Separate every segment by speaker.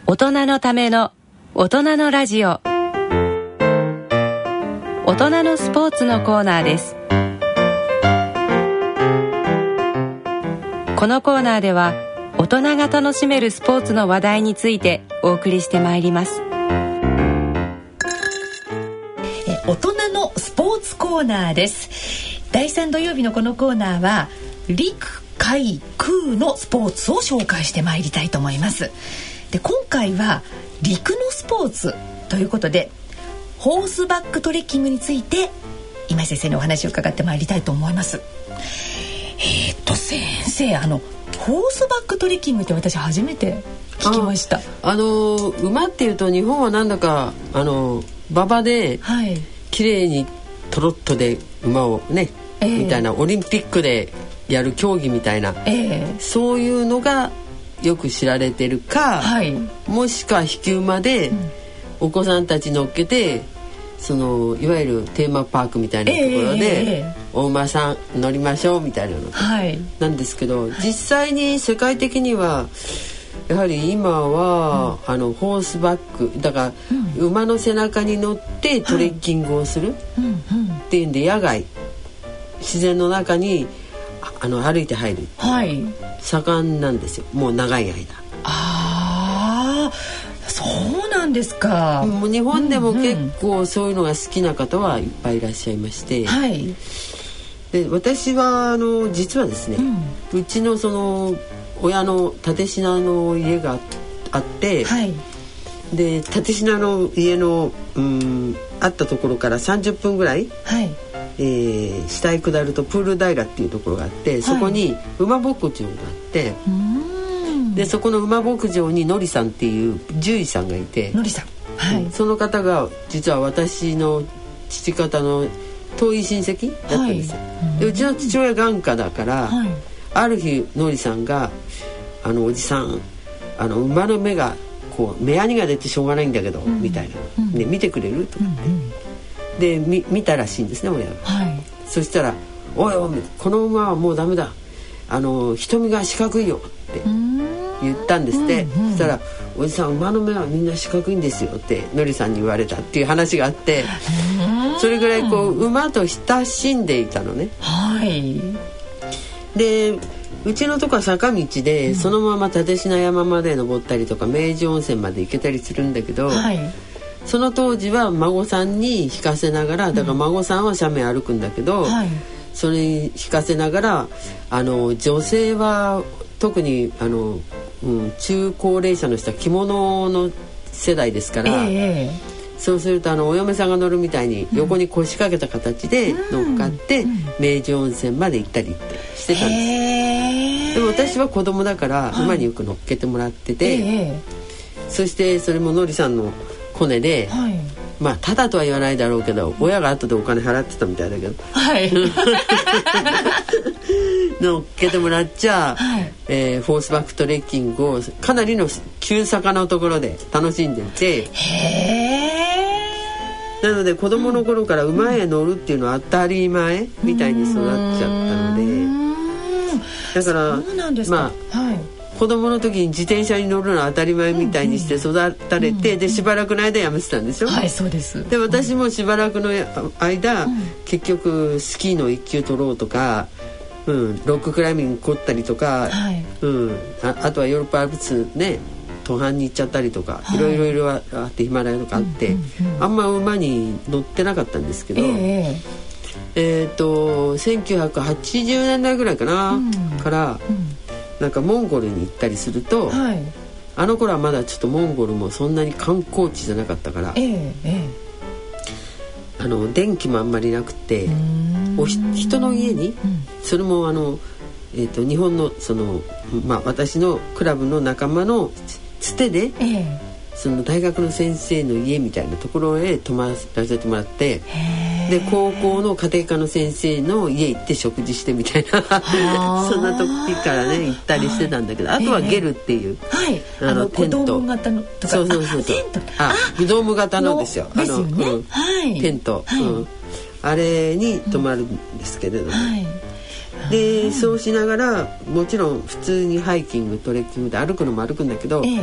Speaker 1: 大人のための大人のラジオ、大人のスポーツのコーナーです。このコーナーでは大人が楽しめるスポーツの話題についてお送りしてまいります。
Speaker 2: 大人のスポーツコーナーです。第3土曜日のこのコーナーは陸海空のスポーツを紹介してまいりたいと思います。で、今回は陸のスポーツということでホースバックトレッキングについて今井先生にお話を伺ってまいりたいと思います。先生、ホースバックトレッキングって私初めて聞きました。
Speaker 3: 馬っていうと日本はなんだか馬場で綺麗にトロットで馬をね、みたいなオリンピックでやる競技みたいな、そういうのがよく知られてるか、もしくは引き馬でお子さんたち乗っけていわゆるテーマパークみたいなところで、お馬さん乗りましょうみたいなの、なんですけど、実際に世界的にはやはり今は、ホースバックだから、馬の背中に乗ってトレッキングをするっていうんで、野外自然の中に歩いて入る、盛んなんですよ、もう長い間。
Speaker 2: そうなんですか。
Speaker 3: もう日本でも結構そういうのが好きな方はいっぱいいらっしゃいまして、で私は実はですね、うちの親の蓼科の家があって、で蓼科の家のあったところから30分ぐらい、下へ下るとプール平っていうところがあって、そこに馬牧場があって、でそこの馬牧場にのりさんっていう獣医さんがいて、
Speaker 2: のりさん、
Speaker 3: その方が実は私の父方の遠い親戚だったんですよ。でうちの父親眼科だから、ある日のりさんがおじさん馬の目が目やにが出てしょうがないんだけど、みたいな、ね、見てくれるとかって、で見たらしいんですね、親が。そしたら「おいおいこの馬はもうダメだ、瞳が四角いよ」って言ったんですって。そしたら「おじさん馬の目はみんな四角いんですよ」ってのりさんに言われたっていう話があって、それぐらい馬と親しんでいたのね。でうちのとこは坂道で、そのまま蓼科山まで登ったりとか明治温泉まで行けたりするんだけど、その当時は孫さんに引かせながら、だから孫さんは斜面歩くんだけど、それに引かせながら女性は特に中高齢者の人は着物の世代ですから、そうするとお嫁さんが乗るみたいに横に腰掛けた形で乗っかって、明治温泉まで行ったりってしてたんです。でも私は子供だから馬によく乗っけてもらってて、そしてそれものりさんのコネで、まあただとは言わないだろうけど、親が後でお金払ってたみたいだけど、乗っけてもらっちゃ、フォースバックトレッキングをかなりの急坂のところで楽しんでいて、なので子供の頃から馬へ乗るっていうのは当たり前みたいに育っちゃったので、だから子供の時に自転車に乗るのは当たり前みたいにして育たれて、でしばらくの間やめてたんでしょ。
Speaker 2: そうです。で
Speaker 3: 私もしばらくの間、結局スキーの1級取ろうとか、ロッククライミング凝ったりとか、あとはヨーロッパアルプスね、登攀に行っちゃったりとか、いろいろあってヒマラヤとかあって、あんま馬に乗ってなかったんですけど、1980年代ぐらいかな、からなんかモンゴルに行ったりすると、あの頃はまだちょっとモンゴルもそんなに観光地じゃなかったから、電気もあんまりなくて、人の家に、それも日本の私のクラブの仲間のつてで、その大学の先生の家みたいなところへ泊まらせてもらって、で高校の家庭科の先生の家行って食事してみたいなそんな時からね行ったりしてたんだけど、あとはゲルっていう、テント、
Speaker 2: ドーム型のとか、
Speaker 3: そうドーム型のですよ、テント、あれに泊まるんですけれども、でそうしながらもちろん普通にハイキングトレッキングで歩くのも歩くんだけど、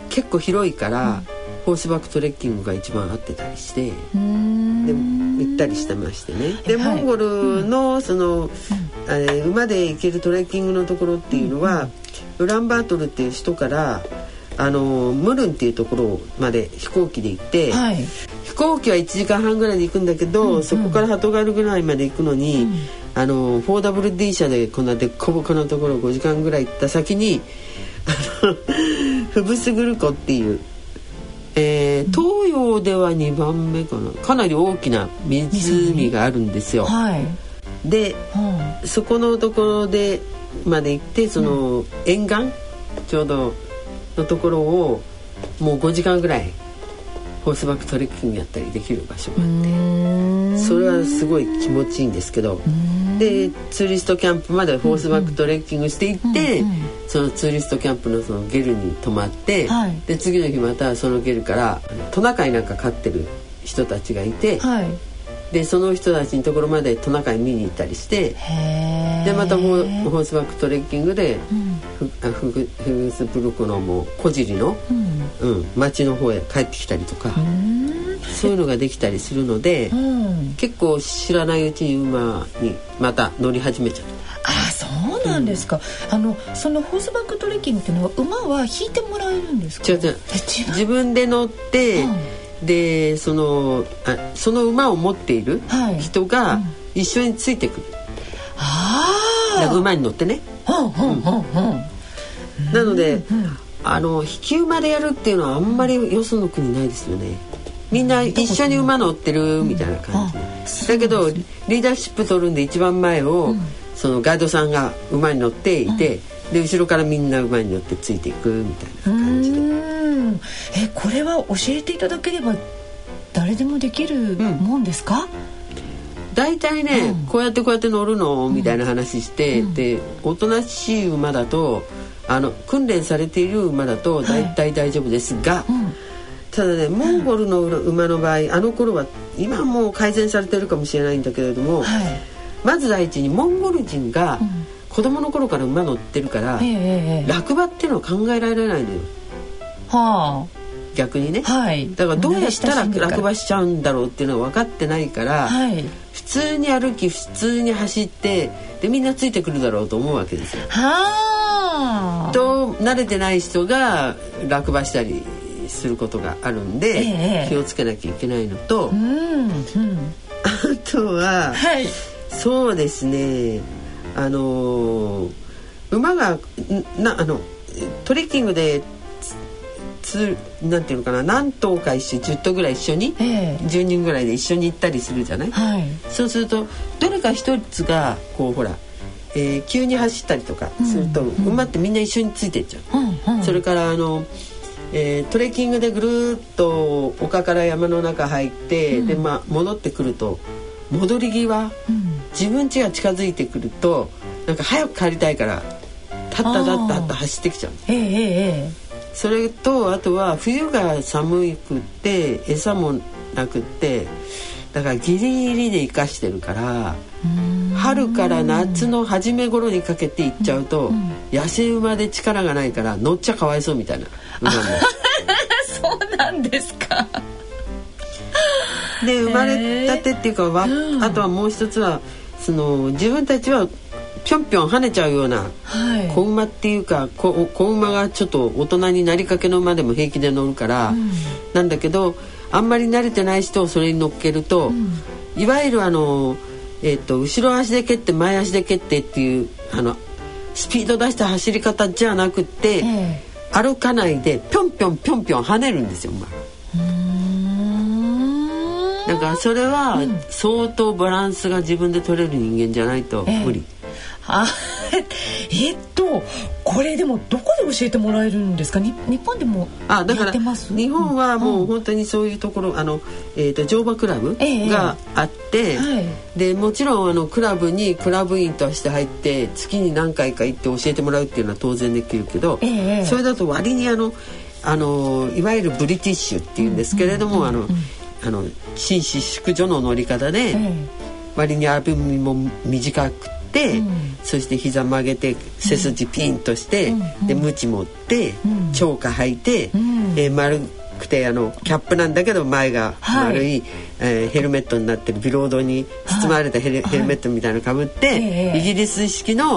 Speaker 3: 結構広いから、ホースバックトレッキングが一番合ってたりして、で行ったりしてましてね。でモンゴルのその、馬で行けるトレッキングのところっていうのは、ウランバートルっていう首都からムルンっていうところまで飛行機で行って、飛行機は1時間半ぐらいで行くんだけど、そこからハトガルぐらいまで行くのに、4WD 車でこんなでっこぼこのところ5時間ぐらい行った先にフブスグルコっていう、東洋では2番目かな、かなり大きな湖があるんですよ。で、そこのところでまで行って、その沿岸ちょうどのところをもう5時間ぐらいホースバックトレッキングやったりできる場所があって、それはすごい気持ちいいんですけど、でツーリストキャンプまでホースバックトレッキングしていって、そのツーリストキャンプのそのゲルに泊まって、で次の日またそのゲルからトナカイなんか飼ってる人たちがいて、でその人たちのところまでトナカイ見に行ったりして、でまたホースバックトレッキングで、フグスプルクのもう小尻の、町の方へ帰ってきたりとか、そういうのができたりするので、結構知らないうちに馬にまた乗り始めちゃった。
Speaker 2: そうなんですか。そのホースバックトレッキングっていうのは馬は引いてもらえるんですか？
Speaker 3: 違う自分で乗って、でその馬を持っている人が一緒についてくる、馬に乗ってね。なので、引き馬でやるっていうのはあんまりよその国ないですよね。みんな一緒に馬乗ってるみたいな感じで、だけどリーダーシップ取るんで一番前を、そのガイドさんが馬に乗っていて、で後ろからみんな馬に乗ってついていくみたいな感じで。
Speaker 2: これは教えていただければ誰でもできるもんですか？
Speaker 3: だいたいね、こうやって乗るのみたいな話して、でおとなしい馬だと訓練されている馬だとだいたい大丈夫ですが、ただねモンゴルの馬の場合、あの頃は今はもう改善されてるかもしれないんだけれども、まず第一にモンゴル人が子供の頃から馬乗ってるから、落馬っていうのは考えられないのよ。逆にね、だからどうやったら落馬しちゃうんだろうっていうのは分かってないから、普通に歩き普通に走ってでみんなついてくるだろうと思うわけですよ。と慣れてない人が落馬したりすることがあるんで、気をつけなきゃいけないのと、あとは、そうですね、馬がトレッキングでなんていうのかな、何頭か10頭ぐらい一緒に、10人ぐらいで一緒に行ったりするじゃない、そうするとどれか一つがこうほら、急に走ったりとかすると、馬ってみんな一緒についてっちゃう、それからトレッキングでぐるっと丘から山の中入って、で戻ってくると戻り際、自分家が近づいてくるとなんか早く帰りたいからタッタタッタッタ走ってきちゃう。それとあとは冬が寒くって餌もなくって、だからギリギリで生かしてるから、春から夏の初め頃にかけて行っちゃうと、野生馬で力がないから乗っちゃかわいそうみたいな馬も
Speaker 2: そうなんですか。
Speaker 3: で生まれたてっていうか、あとはもう一つはその自分たちはぴょんぴょん跳ねちゃうような子馬っていうか、子馬がちょっと大人になりかけの馬でも平気で乗るから、なんだけどあんまり慣れてない人をそれに乗っけると、いわゆる後ろ足で蹴って前足で蹴ってっていうスピード出した走り方じゃなくって、歩かないでぴょんぴょんぴょんぴょん跳ねるんですよ馬。だからそれは相当バランスが自分で取れる人間じゃないと無理。
Speaker 2: これでもどこで教えてもらえるんですか？日本でもやってます？
Speaker 3: 日本はもう本当にそういうところ乗馬クラブがあって、でもちろんクラブにクラブ員として入って月に何回か行って教えてもらうっていうのは当然できるけど、それだと割にいわゆるブリティッシュっていうんですけれども、紳士淑女の乗り方で、割に歩みも短くて、そして膝曲げて背筋ピンとして、で鞭持って、長歌履いて、 丸くてキャップなんだけど前が丸い、ヘルメットになってるビロードに包まれたヘルメットみたいなのかぶって、イギリス式の、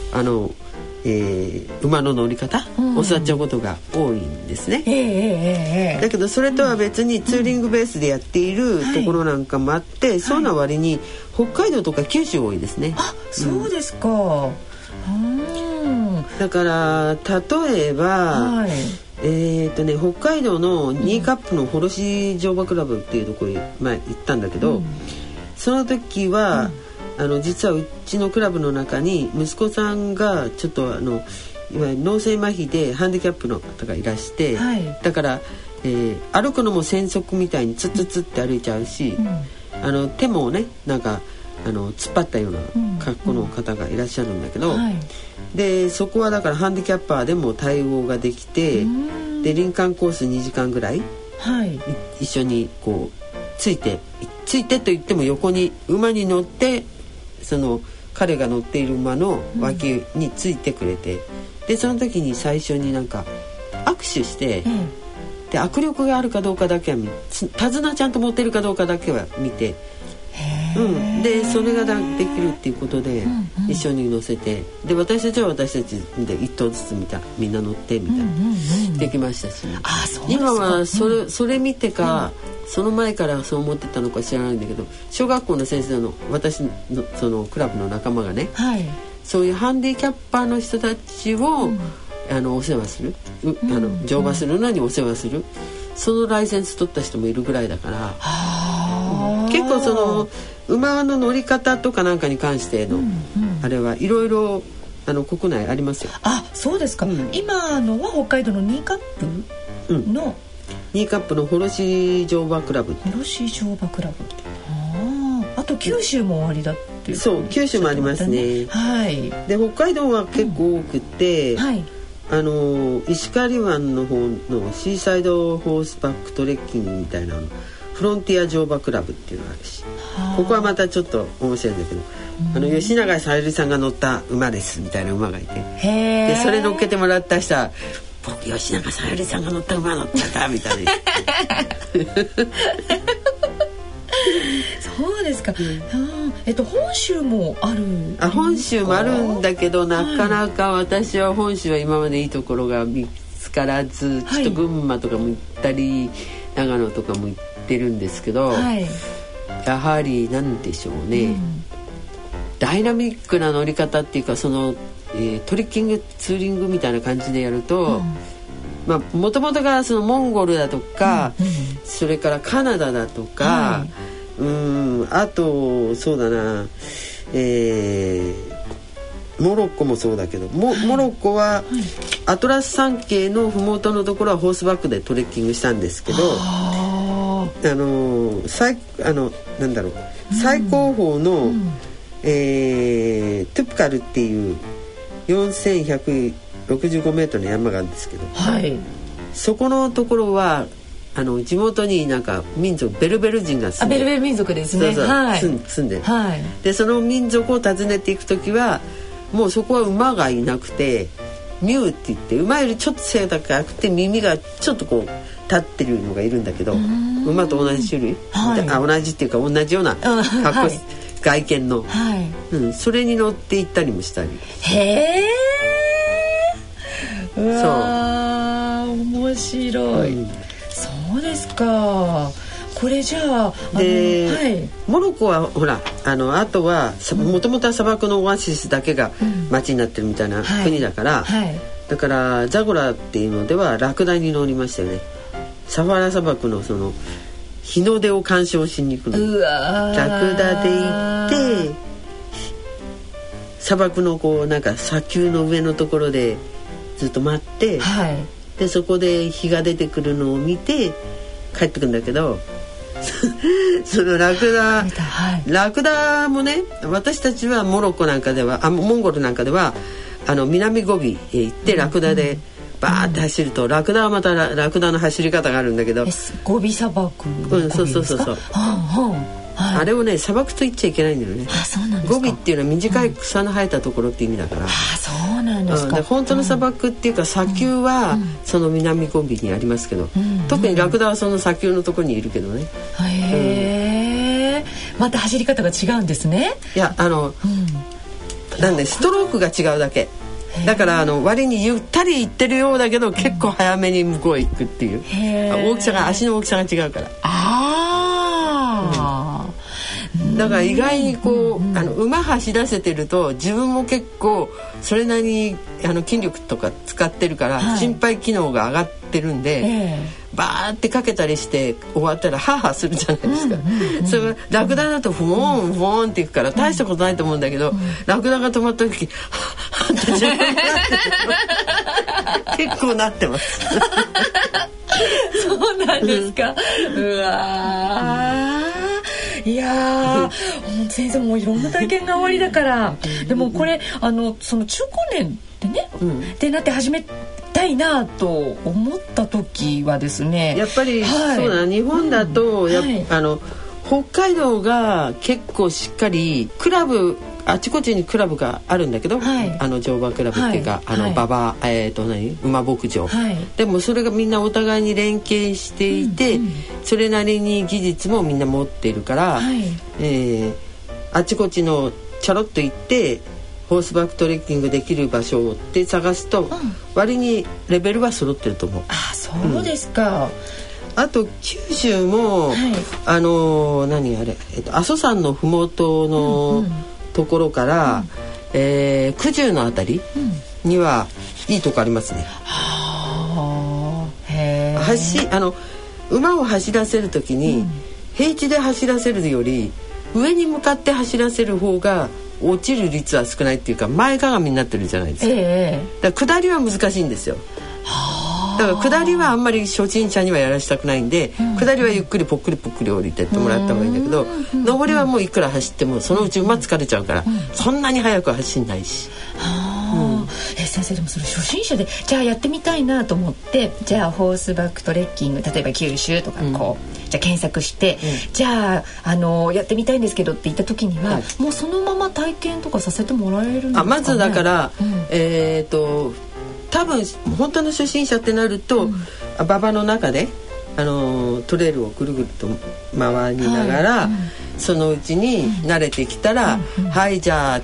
Speaker 3: 馬の乗り方を教わっちゃうことが多いんですね。だけどそれとは別にツーリングベースでやっているところなんかもあって、そうな割に北海道とか九州多いですね。
Speaker 2: あ、そうですか。
Speaker 3: だから例えば、北海道のニーカップの卸乗馬クラブっていうところに前行ったんだけど、その時は、実はうちのクラブの中に息子さんがちょっといわゆる脳性麻痺でハンディキャップの方がいらして、だから、歩くのも喘息みたいにツッツッツッって歩いちゃうし、手もねなんか突っ張ったような格好の方がいらっしゃるんだけど、でそこはだからハンディキャッパーでも対応ができて、で林間コース2時間ぐらい、一緒にこうついてと言っても横に馬に乗ってその彼が乗っている馬の脇についてくれて、でその時に最初になんか握手して、で握力があるかどうかだけは手綱ちゃんと持ってるかどうかだけは見て、でそれができるっていうことで一緒に乗せて、で私たちは私たちで1頭ずつみんな乗ってみたいな、できましたし、今はそれ見てか、その前からそう思ってたのか知らないんだけど、小学校の先生の私のそのクラブの仲間がね、そういうハンディキャッパーの人たちを、お世話する、乗馬するのにお世話する、そのライセンス取った人もいるぐらいだから、結構その馬の乗り方とかなんかに関しての、あれはいろいろ国内ありますよ。
Speaker 2: あ、そうですか。今のは北海道のニーカップの、
Speaker 3: ニーカップの卸乗馬クラブ。
Speaker 2: 卸乗馬クラブ。あと九州も終わりだっていう。
Speaker 3: そう九州もありますね。で北海道は結構多くて、石狩湾の方のシーサイドホースバックトレッキングみたいなフロンティア乗馬クラブっていうのがあるし、ここはまたちょっと面白いんだけど、吉永小百合さんが乗った馬ですみたいな馬がいて、でそれ乗っけてもらった人は僕吉永小百合さんが乗った馬乗っちゃったみたいな
Speaker 2: そうですか。本州もある。
Speaker 3: 本州もあるんだけど、なかなか私は本州は今までいいところが見つからず、ちょっと群馬とかも行ったり、長野とかも行ってるんですけど、やはりなんでしょうね、ダイナミックな乗り方っていうか、その、トリッキングツーリングみたいな感じでやると、もともとがそのモンゴルだとか、それからカナダだとか、あとそうだな、モロッコもそうだけど、モロッコはアトラス山系の麓のところはホースバックでトレッキングしたんですけど、なんだろう、最高峰の、トゥプカルっていう4165メートルの山があるんですけど、そこのところは地元になんか民族ベルベル人が住んで、
Speaker 2: ベルベル民族ですね。
Speaker 3: 住んでる、でその民族を訪ねていくときはもうそこは馬がいなくて、ミューって言って馬よりちょっと背高くて耳がちょっとこう立ってるのがいるんだけど、馬と同じ種類、同じっていうか同じような格好、外見の、それに乗って行ったりもしたり。
Speaker 2: うわー、面白い、そうですか。これじゃあ
Speaker 3: モロッコはほらあとはもともとは砂漠のオアシスだけが町になってるみたいな国だから、だからザゴラっていうのではラクダに乗りましたよね。サハラ砂漠のその日の出を鑑賞しに行くの。ラクダで行って砂漠のこうなんか砂丘の上のところでずっと待って、でそこで日が出てくるのを見て帰ってくるんだけどそのラクダもね、私たちはモロッコなんかではモンゴルなんかでは南ゴビへ行ってラクダでバーって走ると、ラクダはまたラクダの走り方があるんだけど、
Speaker 2: ゴビ砂漠のゴビですか？
Speaker 3: そうあれをね砂漠と言っちゃいけないんだよね。ゴビっていうのは短い草の生えたところって意味だから、
Speaker 2: なんですか。
Speaker 3: で本当の砂漠っていうか砂丘はその南ゴビにありますけど、特にラクダはその砂丘のところにいるけどね。
Speaker 2: また走り方が違うんですね。
Speaker 3: いやなんでストロークが違うだけだから割にゆったり行ってるようだけど結構早めに向こう行くっていう、大きさが足の大きさが違うから。だから意外にこう馬走らせてると自分も結構それなりに筋力とか使ってるから心肺機能が上がってるんで、バーってかけたりして終わったらハーハーするじゃないですか。それがラクダだとフォーンフォーンっていくから大したことないと思うんだけど、ラクダが止まった時ハーって自分になって結構なってます。
Speaker 2: そうなんですか。うわいや先生もいろんな体験がおありだからでもこれその中高年でね、ってなって始めたいなと思った時はですね、
Speaker 3: やっぱり、そうだ日本だと、北海道が結構しっかりクラブあちこちにクラブがあるんだけど、乗馬クラブっていうか、馬場、馬牧場、でもそれがみんなお互いに連携していて、それなりに技術もみんな持っているから、あちこちのチャロッと行ってホースバックトレッキングできる場所って探すと、割にレベルは揃ってると思う。
Speaker 2: そうですか。
Speaker 3: あと九州も、阿蘇山のふもとのところから、九十のあたりにはいいとこありますね。馬を走らせる時に、平地で走らせるより上に向かって走らせる方が落ちる率は少ないっていうか前かがみになってるじゃないですか。だから下りは難しいんですよ。だから下りはあんまり初心者にはやらしたくないんで、下りはゆっくりぽっくりぽっくり降りてってもらった方がいいんだけど、上りはもういくら走ってもそのうち馬疲れちゃうから、そんなに速く走んないし。
Speaker 2: 先生でもそれ初心者でじゃあやってみたいなと思って、じゃあホースバックトレッキング例えば九州とかこう、じゃあ検索して、じゃあやってみたいんですけどって言った時には、もうそのまま体験とかさせてもらえるんですかね。
Speaker 3: まずだから、多分本当の初心者ってなると、馬場の中でトレイルをぐるぐると回りながら、そのうちに慣れてきたら、じゃあ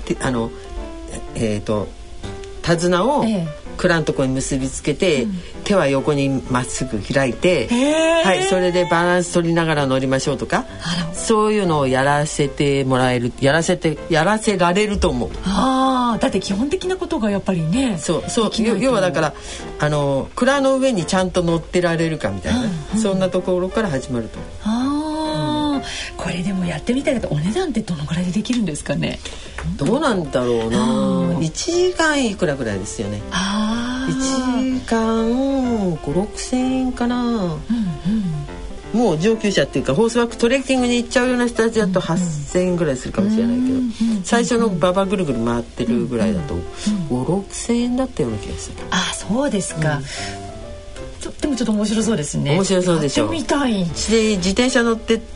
Speaker 3: 手綱を蔵のところに結びつけて、手は横にまっすぐ開いて、それでバランス取りながら乗りましょうとか、そういうのをやらせてもらえる、やらせられると思う。
Speaker 2: だって基本的なことがやっぱりね。
Speaker 3: そう要はだから蔵の上にちゃんと乗ってられるかみたいな、そんなところから始まると思う。
Speaker 2: これでもやってみたいけどお値段ってどのくらいでできるんですかね。
Speaker 3: どうなんだろうな。1時間いくらぐらいですよね。1時間5,000-6,000円かな。もう上級者っていうかホースバックトレッキングに行っちゃうような人たちだと8,000円ぐらいするかもしれないけど、最初の馬場ぐるぐる回ってるぐらいだと5,000-6,000円だったような気がする。
Speaker 2: そうですか。でもちょっと面白そうですね。
Speaker 3: 面白そうでしょ。
Speaker 2: やってみたい。
Speaker 3: で自転車乗ってって、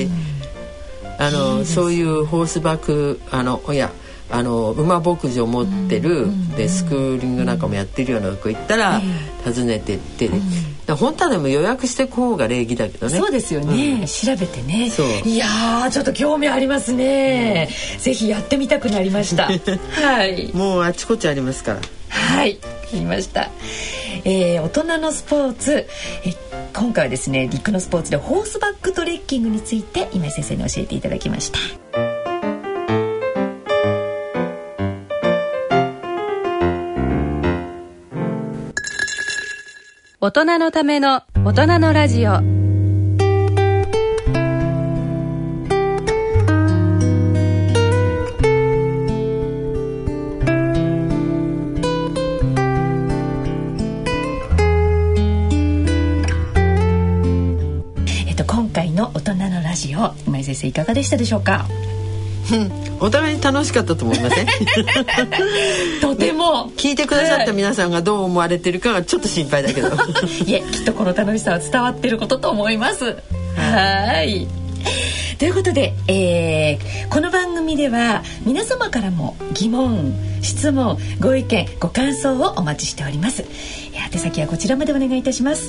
Speaker 3: そういうホースバック馬牧場持ってる、でスクーリングなんかもやってるようなとこ行ったら、訪ねてって、本当はでも予約していく方が礼儀だけどね。
Speaker 2: そうですよね、調べてね。いやちょっと興味ありますね、ぜひやってみたくなりました
Speaker 3: もうあちこちありますから。
Speaker 2: わかりました。大人のスポーツ、今回はですね陸のスポーツでホースバックトレッキングについて今井先生に教えていただきました。
Speaker 1: 大人のための大人のラジオ。
Speaker 2: 今回の大人のラジオ、今井先生いかがでしたでしょうか。
Speaker 3: お互いに楽しかったと思いません？
Speaker 2: とても
Speaker 3: 聞いてくださった皆さんがどう思われてるかがちょっと心配だけど
Speaker 2: いえ、きっとこの楽しさは伝わってることと思います。 ということで、この番組では皆様からも疑問、質問、ご意見、ご感想をお待ちしております。宛先はこちらまでお願いいたします。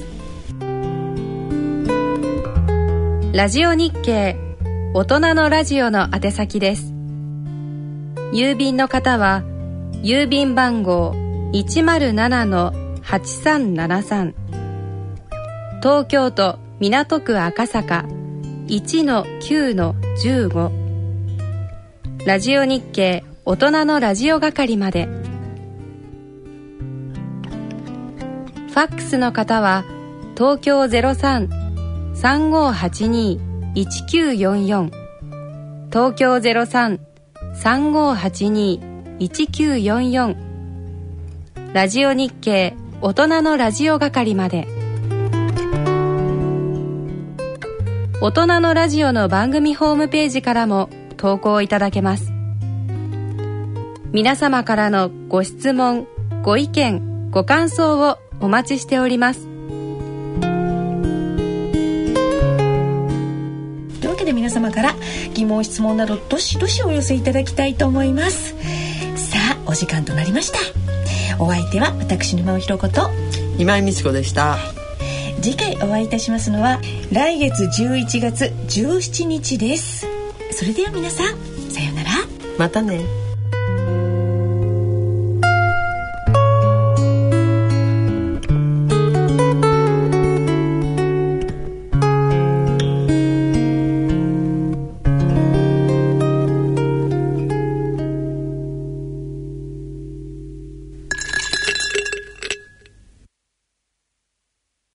Speaker 1: ラジオ日経大人のラジオの宛先です。郵便の方は郵便番号 107-8373 東京都港区赤坂 1-9-15 ラジオ日経大人のラジオ係まで。ファックスの方は東京 03-3582-1944 東京 03-3582-1944 ラジオ日経大人のラジオ係まで。大人のラジオの番組ホームページからも投稿いただけます。皆様からのご質問、ご意見、ご感想をお待ちしております。
Speaker 2: というわけで皆様から疑問、質問などどしどしお寄せいただきたいと思います。さあ、お時間となりました。お相手は私沼尾ひろ子と
Speaker 3: 今井美智子でした。
Speaker 2: 次回お会いいたしますのは来月11月17日です。それでは皆さん、さようなら。
Speaker 3: またね。